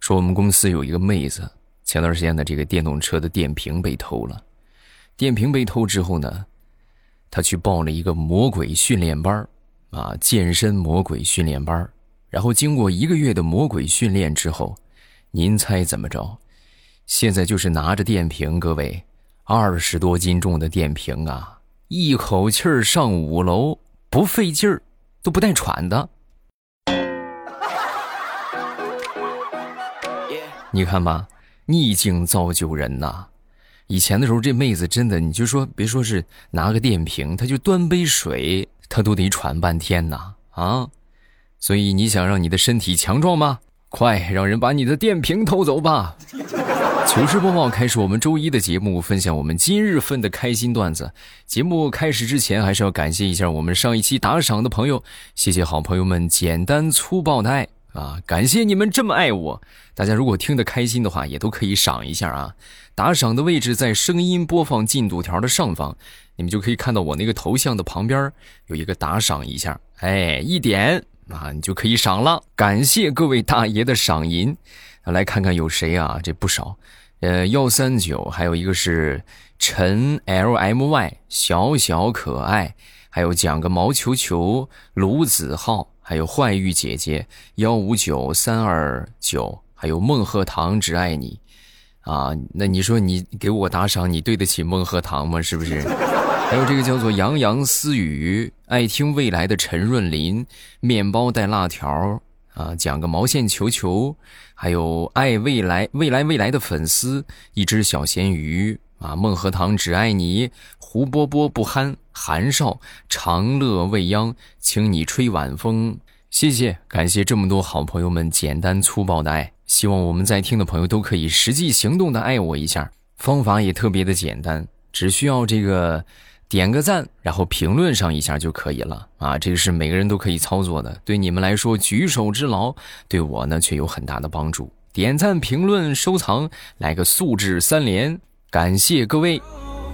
说我们公司有一个妹子，前段时间的这个电动车的电瓶被偷了。电瓶被偷之后呢，她去报了一个魔鬼训练班健身魔鬼训练班。然后经过1个月的魔鬼训练之后，您猜怎么着？现在就是拿着电瓶，各位，20多斤重的电瓶啊，一口气儿上5楼，不费劲儿，都不带喘的。你看吧，逆境造就人呐。以前的时候，这妹子真的，你就说别说是拿个电瓶，她就端杯水，她都得喘半天呐啊！所以你想让你的身体强壮吗？快让人把你的电瓶偷走吧！糗事播报开始，我们周一的节目，分享我们今日份的开心段子。节目开始之前，还是要感谢一下我们上一期打赏的朋友，谢谢好朋友们简单粗暴的爱啊！感谢你们这么爱我。大家如果听得开心的话，也都可以赏一下啊！打赏的位置在声音播放进度条的上方，你们就可以看到我那个头像的旁边有一个打赏一下，一点啊，你就可以赏了。感谢各位大爷的赏银。来看看有谁啊，这不少。139，还有一个是陈 LMY 小小可爱，还有讲个毛球球卢子浩，还有坏玉姐姐159329，还有孟鹤堂只爱你啊。那你说你给我打赏，你对得起孟鹤堂吗？是不是？还有这个叫做洋洋私语，爱听未来的陈润林，面包带辣条啊，讲个毛线球球，还有爱未来的粉丝，一只小咸鱼啊，孟鹤堂只爱你，胡波波不憨，韩少长乐未央，请你吹晚风。谢谢，感谢这么多好朋友们简单粗暴的爱，希望我们在听的朋友都可以实际行动的爱我一下。方法也特别的简单，只需要这个点个赞，然后评论上一下就可以了啊！这个是每个人都可以操作的，对你们来说举手之劳，对我呢却有很大的帮助。点赞、评论、收藏，来个素质3连，感谢各位。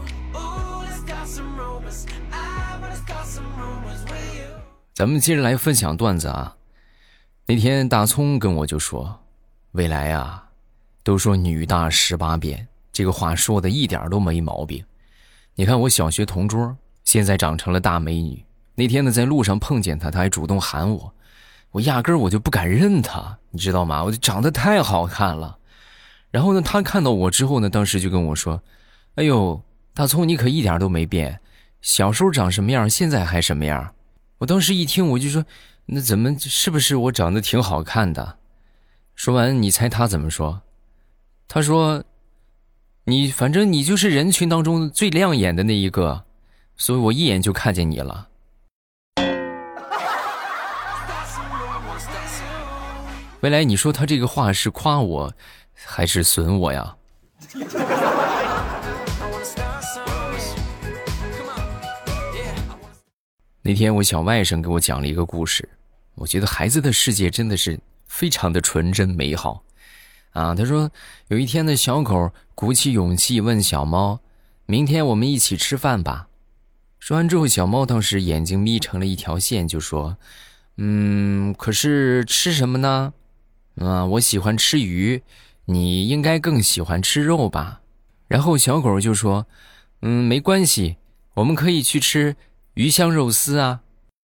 咱们接着来分享段子啊。那天大葱跟我就说，未来啊，都说女大18变，这个话说的一点都没毛病。你看我小学同桌现在长成了大美女，那天呢在路上碰见她，她还主动喊我，我压根儿我就不敢认她，你知道吗？我就长得太好看了。然后呢她看到我之后呢，当时就跟我说，哎呦大葱你可一点都没变，小时候长什么样现在还什么样。我当时一听我就说，那怎么是不是我长得挺好看的？说完你猜她怎么说？她说，反正你就是人群当中最亮眼的那一个，所以我一眼就看见你了。未来你说他这个话是夸我还是损我呀？那天我小外甥给我讲了一个故事，我觉得孩子的世界真的是非常的纯真美好啊。他说有一天的小狗鼓起勇气问小猫，明天我们一起吃饭吧。说完之后，小猫当时眼睛眯成了一条线，就说可是吃什么呢？我喜欢吃鱼，你应该更喜欢吃肉吧。然后小狗就说没关系，我们可以去吃鱼香肉丝啊。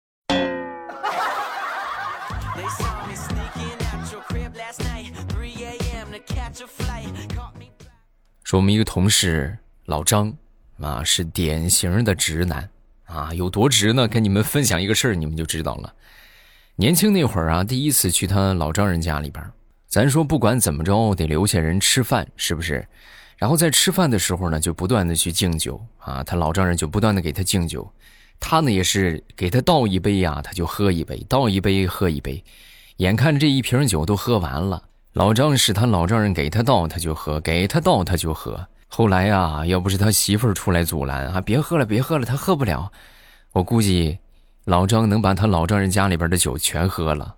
说我们一个同事老张啊，是典型的直男啊，有多直呢？跟你们分享一个事儿，你们就知道了。年轻那会儿啊，第一次去他老丈人家里边，咱说不管怎么着得留下人吃饭，是不是？然后在吃饭的时候呢，就不断的去敬酒啊，他老丈人就不断的给他敬酒，他呢也是给他倒一杯啊，他就喝一杯，倒一杯喝一杯，眼看着这一瓶酒都喝完了。老张是他老丈人给他倒他就喝，给他倒他就喝。后来啊，要不是他媳妇儿出来阻拦啊，别喝了别喝了，他喝不了，我估计老张能把他老丈人家里边的酒全喝了。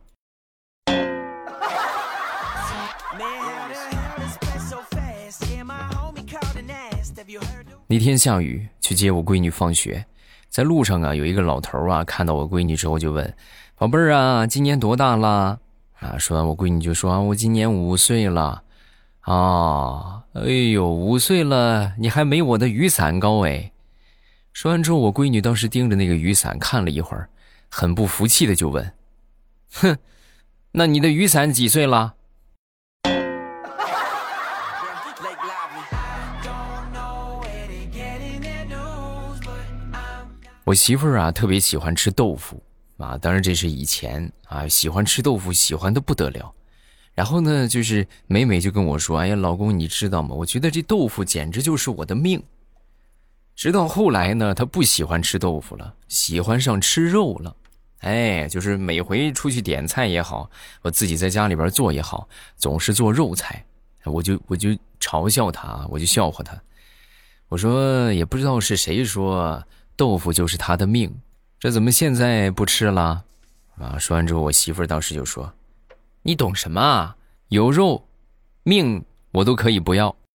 那天下雨去接我闺女放学，在路上啊有一个老头啊看到我闺女之后就问，宝贝儿啊今年多大了说完我闺女就说我今年5岁了。哎呦，5岁了，你还没我的雨伞高哎。说完之后，我闺女当时盯着那个雨伞看了一会儿，很不服气的就问：哼，那你的雨伞几岁了？我媳妇儿啊特别喜欢吃豆腐当然这是以前喜欢吃豆腐，喜欢的不得了。然后呢，就是每每就跟我说：“哎呀，老公，你知道吗？我觉得这豆腐简直就是我的命。”直到后来呢，她不喜欢吃豆腐了，喜欢上吃肉了。就是每回出去点菜也好，我自己在家里边做也好，总是做肉菜。我就嘲笑她，我就笑话她。我说也不知道是谁说豆腐就是她的命，这怎么现在不吃了？说完之后，我媳妇儿当时就说：“你懂什么啊？有肉，命我都可以不要。”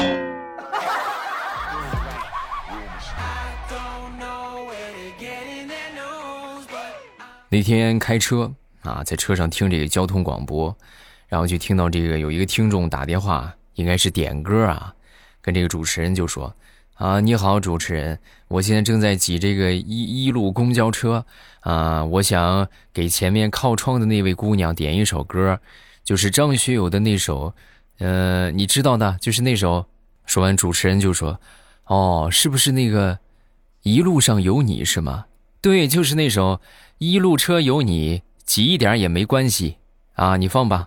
那天开车在车上听这个交通广播，然后就听到这个有一个听众打电话，应该是点歌跟这个主持人就说：“你好，主持人，我现在正在挤这个一路公交车我想给前面靠窗的那位姑娘点一首歌，就是张学友的那首你知道的，就是那首。”说完主持人就说：“是不是那个一路上有你是吗？对，就是那首一路车有你，挤一点也没关系你放吧。”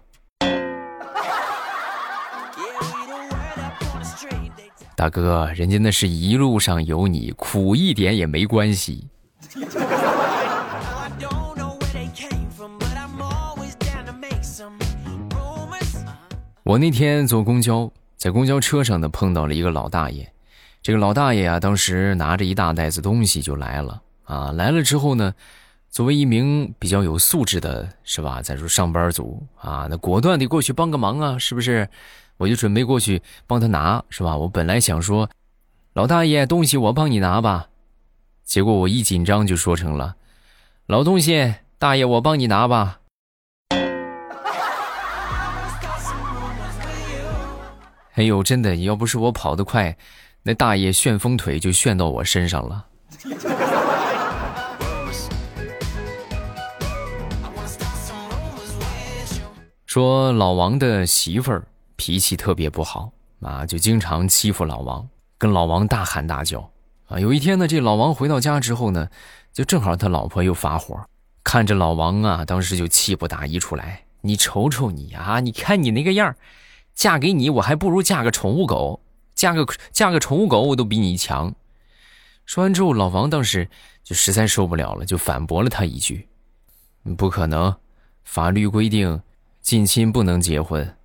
大哥，人家那是一路上有你，苦一点也没关系。我那天坐公交，在公交车上呢碰到了一个老大爷。这个老大爷当时拿着一大袋子东西就来了来了之后呢，作为一名比较有素质的是吧，再说上班族那果断地过去帮个忙是不是？我就准备过去帮他拿是吧？我本来想说，老大爷，东西我帮你拿吧，结果我一紧张就说成了，老东西，大爷我帮你拿吧。哎呦，真的，要不是我跑得快，那大爷旋风腿就旋到我身上了。说老王的媳妇儿脾气特别不好就经常欺负老王，跟老王大喊大叫有一天呢，这老王回到家之后呢，就正好他老婆又发火，看着老王当时就气不打一处来，你瞅瞅你你看你那个样，嫁给你我还不如嫁个宠物狗，嫁个宠物狗我都比你强。说完之后，老王当时就实在受不了了，就反驳了他一句：“不可能，法律规定近亲不能结婚。”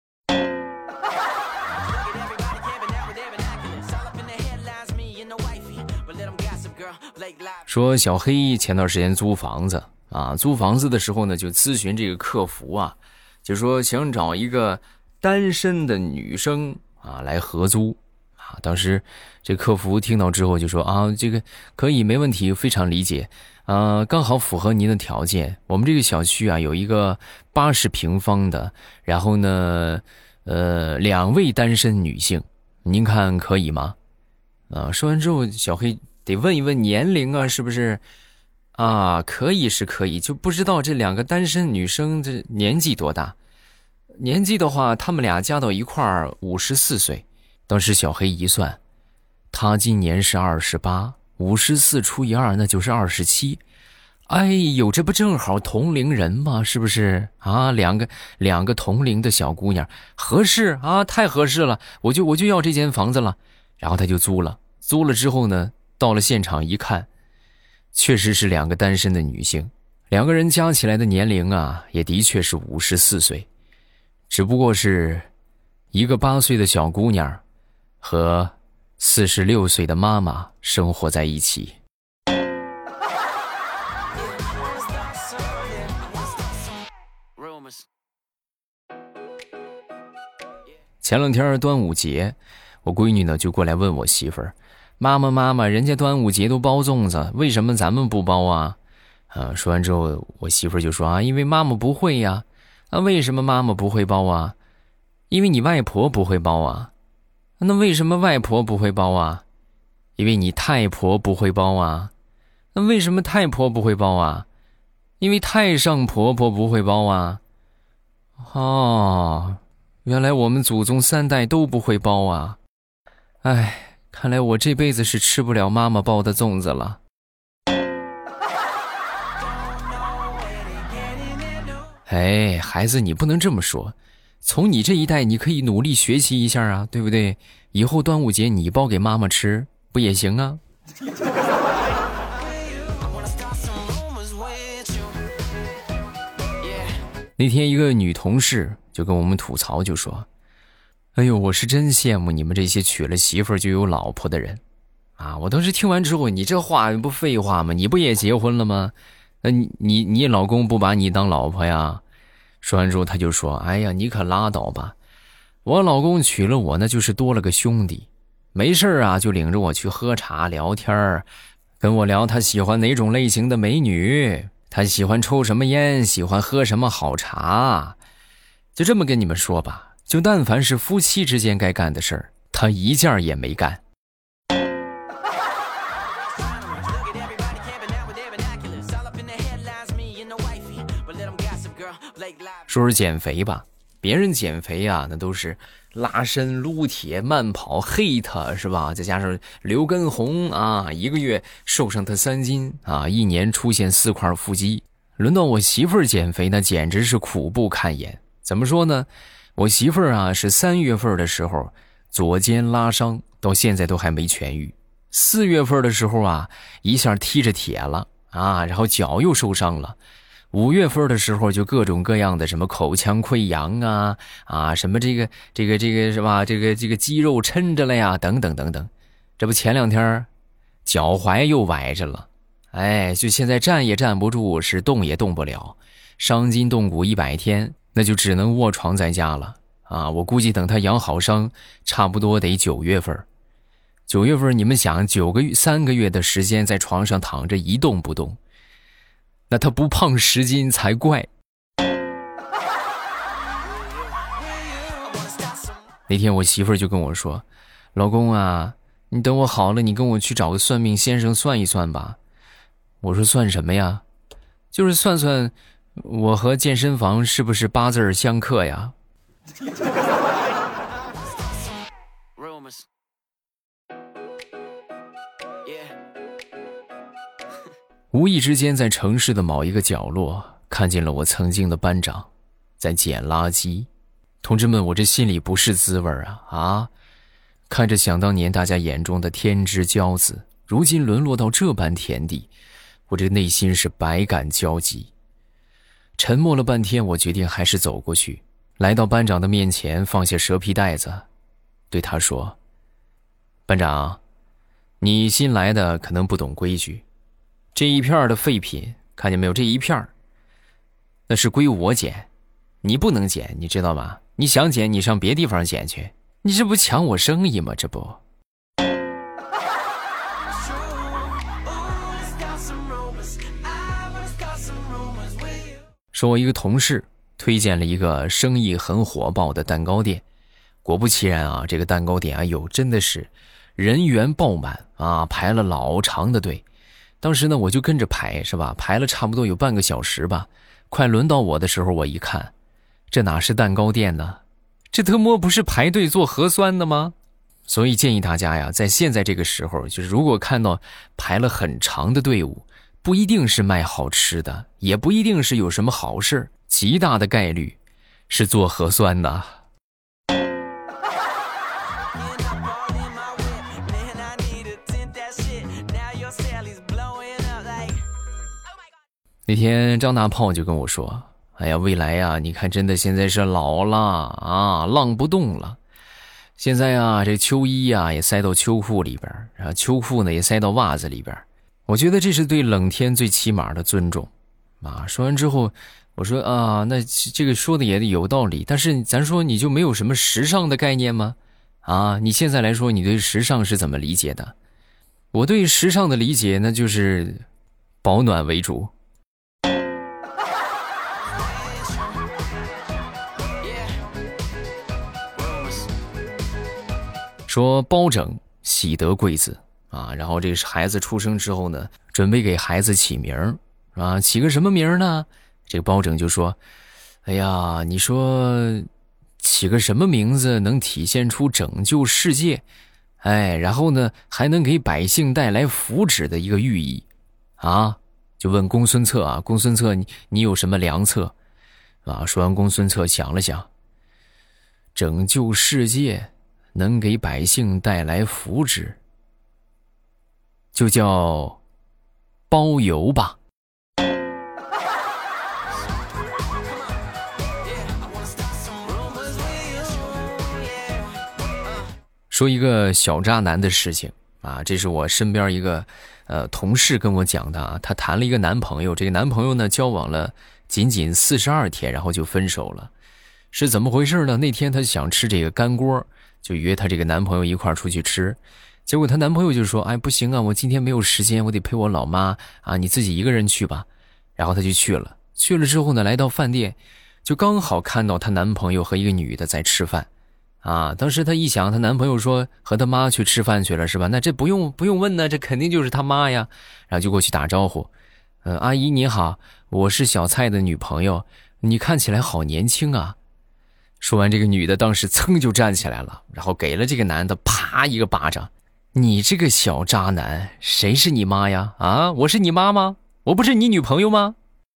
说小黑前段时间租房子租房子的时候呢，就咨询这个客服就说想找一个单身的女生来合租当时这客服听到之后就说这个可以，没问题，非常理解刚好符合您的条件。我们这个小区有一个80平方的，然后呢2位单身女性，您看可以吗？说完之后，小黑得问一问年龄是不是可以是可以，就不知道这2个单身女生这年纪多大。年纪的话，他们俩加到一块儿54岁。当时小黑一算，他今年是28，54除以2那就是27。哎呦，这不正好同龄人吗？是不是两个同龄的小姑娘，合适太合适了，我就要这间房子了。然后他就租了之后呢，到了现场一看，确实是2个单身的女性，2个人加起来的年龄也的确是54岁，只不过是一个8岁的小姑娘和46岁的妈妈生活在一起。前2天端午节，我闺女呢就过来问我媳妇儿，妈妈，人家端午节都包粽子，为什么咱们不包说完之后，我媳妇儿就说因为妈妈不会呀。 为什么妈妈不会包啊？因为你外婆不会包啊。那为什么外婆不会包啊？因为你太婆不会包啊。那为什么太婆不会包啊？因为太上婆婆不会包啊。哦，原来我们祖宗3代都不会包啊。哎，看来我这辈子是吃不了妈妈包的粽子了。哎，孩子，你不能这么说。从你这一代，你可以努力学习一下啊，对不对？以后端午节你包给妈妈吃，不也行啊？那天一个女同事就跟我们吐槽，就说：“哎呦，我是真羡慕你们这些娶了媳妇儿就有老婆的人啊！”我当时听完之后，你这话不废话吗？你不也结婚了吗？那你老公不把你当老婆呀？说完之后他就说：“哎呀，你可拉倒吧！我老公娶了我那就是多了个兄弟，没事啊就领着我去喝茶聊天，跟我聊他喜欢哪种类型的美女，他喜欢抽什么烟，喜欢喝什么好茶。就这么跟你们说吧，就但凡是夫妻之间该干的事儿，他一件也没干。”说是减肥吧，别人减肥啊，那都是拉伸、撸铁、慢跑、HIIT 是吧？再加上刘畊宏啊，1个月瘦上他3斤啊，1年出现4块腹肌。轮到我媳妇儿减肥呢，简直是苦不堪言。怎么说呢？我媳妇儿啊，是3月份的时候左肩拉伤，到现在都还没痊愈。4月份的时候啊，一下踢着铁了啊，然后脚又受伤了。5月份的时候就各种各样的什么口腔溃疡啊什么这个是吧？这个肌肉抻着了呀，等等等等。这不前2天脚踝又崴着了，哎，就现在站也站不住，是动也动不了，伤筋动骨100天，那就只能卧床在家了啊！我估计等他养好伤，差不多得9月份。9月份你们想3个月的时间在床上躺着一动不动，那他不胖10斤才怪。那天我媳妇儿就跟我说：“老公啊，你等我好了，你跟我去找个算命先生算一算吧。”我说：“算什么呀？”就是算算我和健身房是不是8字相克呀。无意之间在城市的某一个角落看见了我曾经的班长在捡垃圾。同志们，我这心里不是滋味啊！看着想当年大家眼中的天之骄子，如今沦落到这般田地，我这内心是百感交集。沉默了半天，我决定还是走过去，来到班长的面前，放下蛇皮袋子，对他说：“班长，你新来的可能不懂规矩，这一片的废品看见没有？这一片那是归我捡，你不能捡，你知道吗？你想捡你上别地方捡去，你这不抢我生意吗？这不。”说我一个同事推荐了一个生意很火爆的蛋糕店，果不其然啊，这个蛋糕店哎呦真的是人员爆满啊，排了老长的队。当时呢我就跟着排是吧，排了差不多有半个小时吧。快轮到我的时候，我一看，这哪是蛋糕店呢？这特么不是排队做核酸的吗？所以建议大家呀，在现在这个时候，就是如果看到排了很长的队伍，不一定是卖好吃的，也不一定是有什么好事，极大的概率是做核酸的。那天张大炮就跟我说：“哎呀，未来呀，你看真的现在是老了啊，浪不动了。现在啊，这秋衣啊也塞到秋裤里边，然后秋裤呢也塞到袜子里边。我觉得这是对冷天最起码的尊重。”啊，说完之后，我说啊，那这个说的也有道理，但是咱说你就没有什么时尚的概念吗？啊，你现在来说你对时尚是怎么理解的？我对时尚的理解那就是保暖为主。 说包拯喜得贵子啊，然后这个孩子出生之后呢，准备给孩子起名啊，起个什么名呢？这个包拯就说：“哎呀，你说起个什么名字能体现出拯救世界，哎，然后呢还能给百姓带来福祉的一个寓意啊？”就问公孙策啊，公孙策你有什么良策啊？说完，公孙策想了想，拯救世界能给百姓带来福祉，就叫包邮吧。说一个小渣男的事情啊，这是我身边一个同事跟我讲的啊，她谈了一个男朋友，这个男朋友呢交往了仅仅42天，然后就分手了。是怎么回事呢？那天她想吃这个干锅，就约她这个男朋友一块出去吃，结果她男朋友就说：“哎，不行啊，我今天没有时间，我得陪我老妈啊，你自己一个人去吧。”然后她就去了之后呢，来到饭店，就刚好看到她男朋友和一个女的在吃饭。啊，当时她一想，她男朋友说和她妈去吃饭去了是吧？那这不用问呢，这肯定就是她妈呀。然后就过去打招呼，阿姨你好，我是小蔡的女朋友，你看起来好年轻啊。说完，这个女的当时噌就站起来了，然后给了这个男的啪一个巴掌。你这个小渣男，谁是你妈呀？啊，我是你妈吗？我不是你女朋友吗？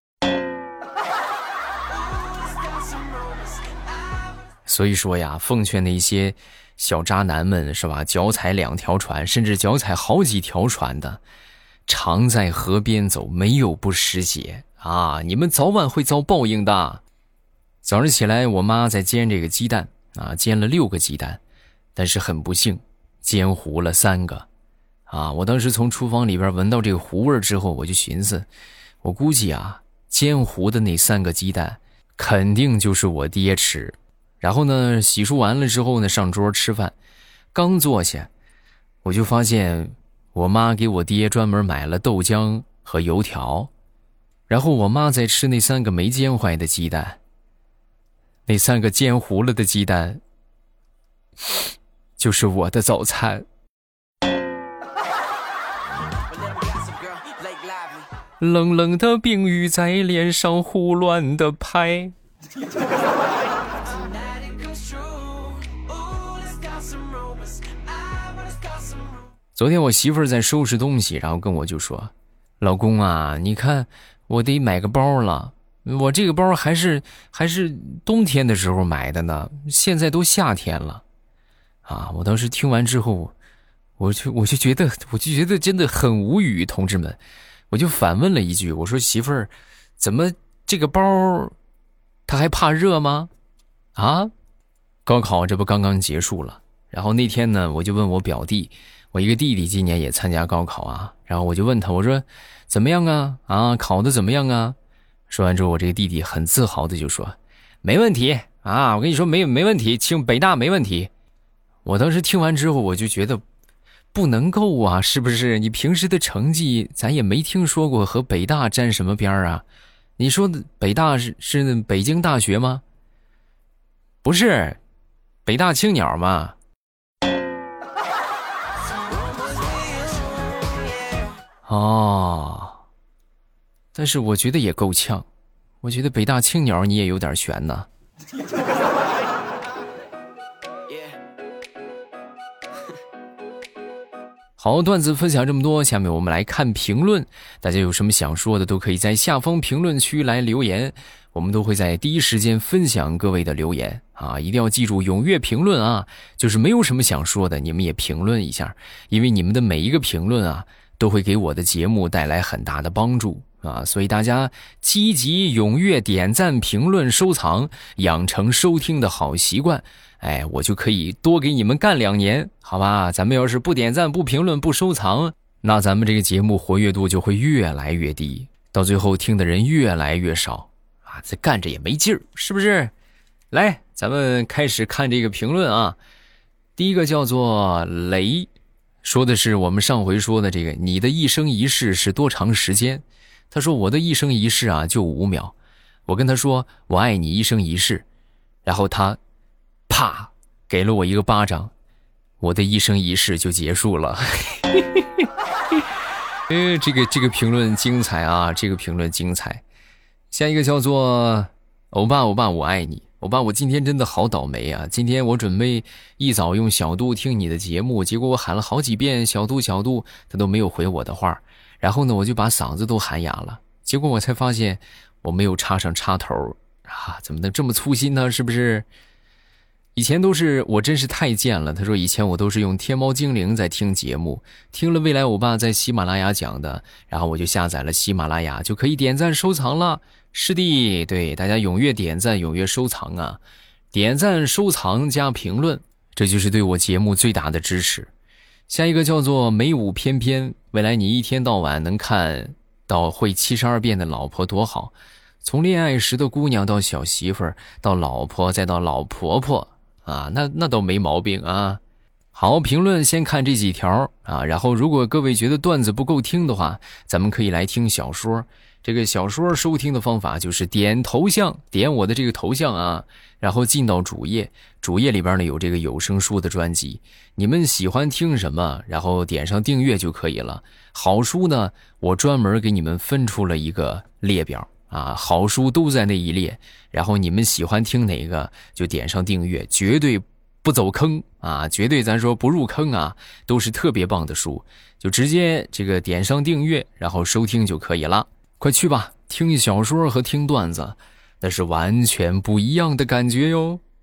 所以说呀，奉劝那一些小渣男们是吧，脚踩2条船，甚至脚踩好几条船的，常在河边走，没有不湿鞋啊！你们早晚会遭报应的。早上起来，我妈在煎这个鸡蛋啊，煎了6个鸡蛋，但是很不幸，煎糊了3个啊！我当时从厨房里边闻到这个糊味之后，我就寻思，我估计啊，煎糊的那3个鸡蛋肯定就是我爹吃。然后呢，洗漱完了之后呢，上桌吃饭，刚坐下，我就发现我妈给我爹专门买了豆浆和油条，然后我妈在吃那3个没煎坏的鸡蛋，那3个煎糊了的鸡蛋，就是我的早餐。冷冷的冰雨在脸上胡乱的拍。昨天我媳妇儿在收拾东西，然后跟我就说：“老公啊，你看我得买个包了，我这个包还是冬天的时候买的呢，现在都夏天了。”啊，我当时听完之后，我就觉得真的很无语，同志们，我就反问了一句，我说媳妇儿，怎么这个包它还怕热吗？啊，高考这不刚刚结束了，然后那天呢，我就问我表弟。我一个弟弟今年也参加高考啊，然后我就问他，我说怎么样啊？啊，考得怎么样啊？说完之后，我这个弟弟很自豪的就说：“没问题啊，我跟你说没问题，清北大没问题。”我当时听完之后，我就觉得不能够啊，是不是？你平时的成绩咱也没听说过和北大沾什么边啊？你说的北大是北京大学吗？不是，北大青鸟嘛。哦，但是我觉得也够呛，我觉得北大青鸟你也有点悬呢。好，段子分享这么多，下面我们来看评论，大家有什么想说的都可以在下方评论区来留言，我们都会在第一时间分享各位的留言啊！一定要记住踊跃评论啊，就是没有什么想说的你们也评论一下，因为你们的每一个评论啊都会给我的节目带来很大的帮助啊，所以大家积极踊跃点赞评论收藏，养成收听的好习惯，哎，我就可以多给你们干2年，好吧？咱们要是不点赞不评论不收藏，那咱们这个节目活跃度就会越来越低，到最后听的人越来越少啊，这干着也没劲儿，是不是？来，咱们开始看这个评论啊。第一个叫做雷，说的是我们上回说的这个你的一生一世是多长时间。他说我的一生一世啊就5秒，我跟他说我爱你一生一世，然后他啪给了我一个巴掌， 我的一生一世就结束了。这个评论精彩啊，这个评论精彩。下一个叫做欧巴我爱你。欧巴，我今天真的好倒霉啊！今天我准备一早用小度听你的节目，结果我喊了好几遍小度，他都没有回我的话。然后呢，我就把嗓子都喊哑了。结果我才发现我没有插上插头啊！怎么能这么粗心呢？是不是？以前都是我真是太贱了。他说以前我都是用天猫精灵在听节目，听了未来欧巴在喜马拉雅讲的，然后我就下载了喜马拉雅，就可以点赞收藏了。是的，对，大家踊跃点赞，踊跃收藏啊！点赞、收藏加评论，这就是对我节目最大的支持。下一个叫做美舞翩翩，未来你一天到晚能看到会72变的老婆多好，从恋爱时的姑娘到小媳妇儿，到老婆，再到老婆婆啊，那都没毛病啊。好，评论先看这几条啊，然后如果各位觉得段子不够听的话，咱们可以来听小说。这个小说收听的方法就是点头像，点我的这个头像啊，然后进到主页，主页里边呢有这个有声书的专辑，你们喜欢听什么，然后点上订阅就可以了。好书呢，我专门给你们分出了一个列表啊，好书都在那一列，然后你们喜欢听哪个就点上订阅，绝对不走坑啊，绝对咱说不入坑啊，都是特别棒的书，就直接这个点上订阅，然后收听就可以了。快去吧，听小说和听段子，那是完全不一样的感觉哟。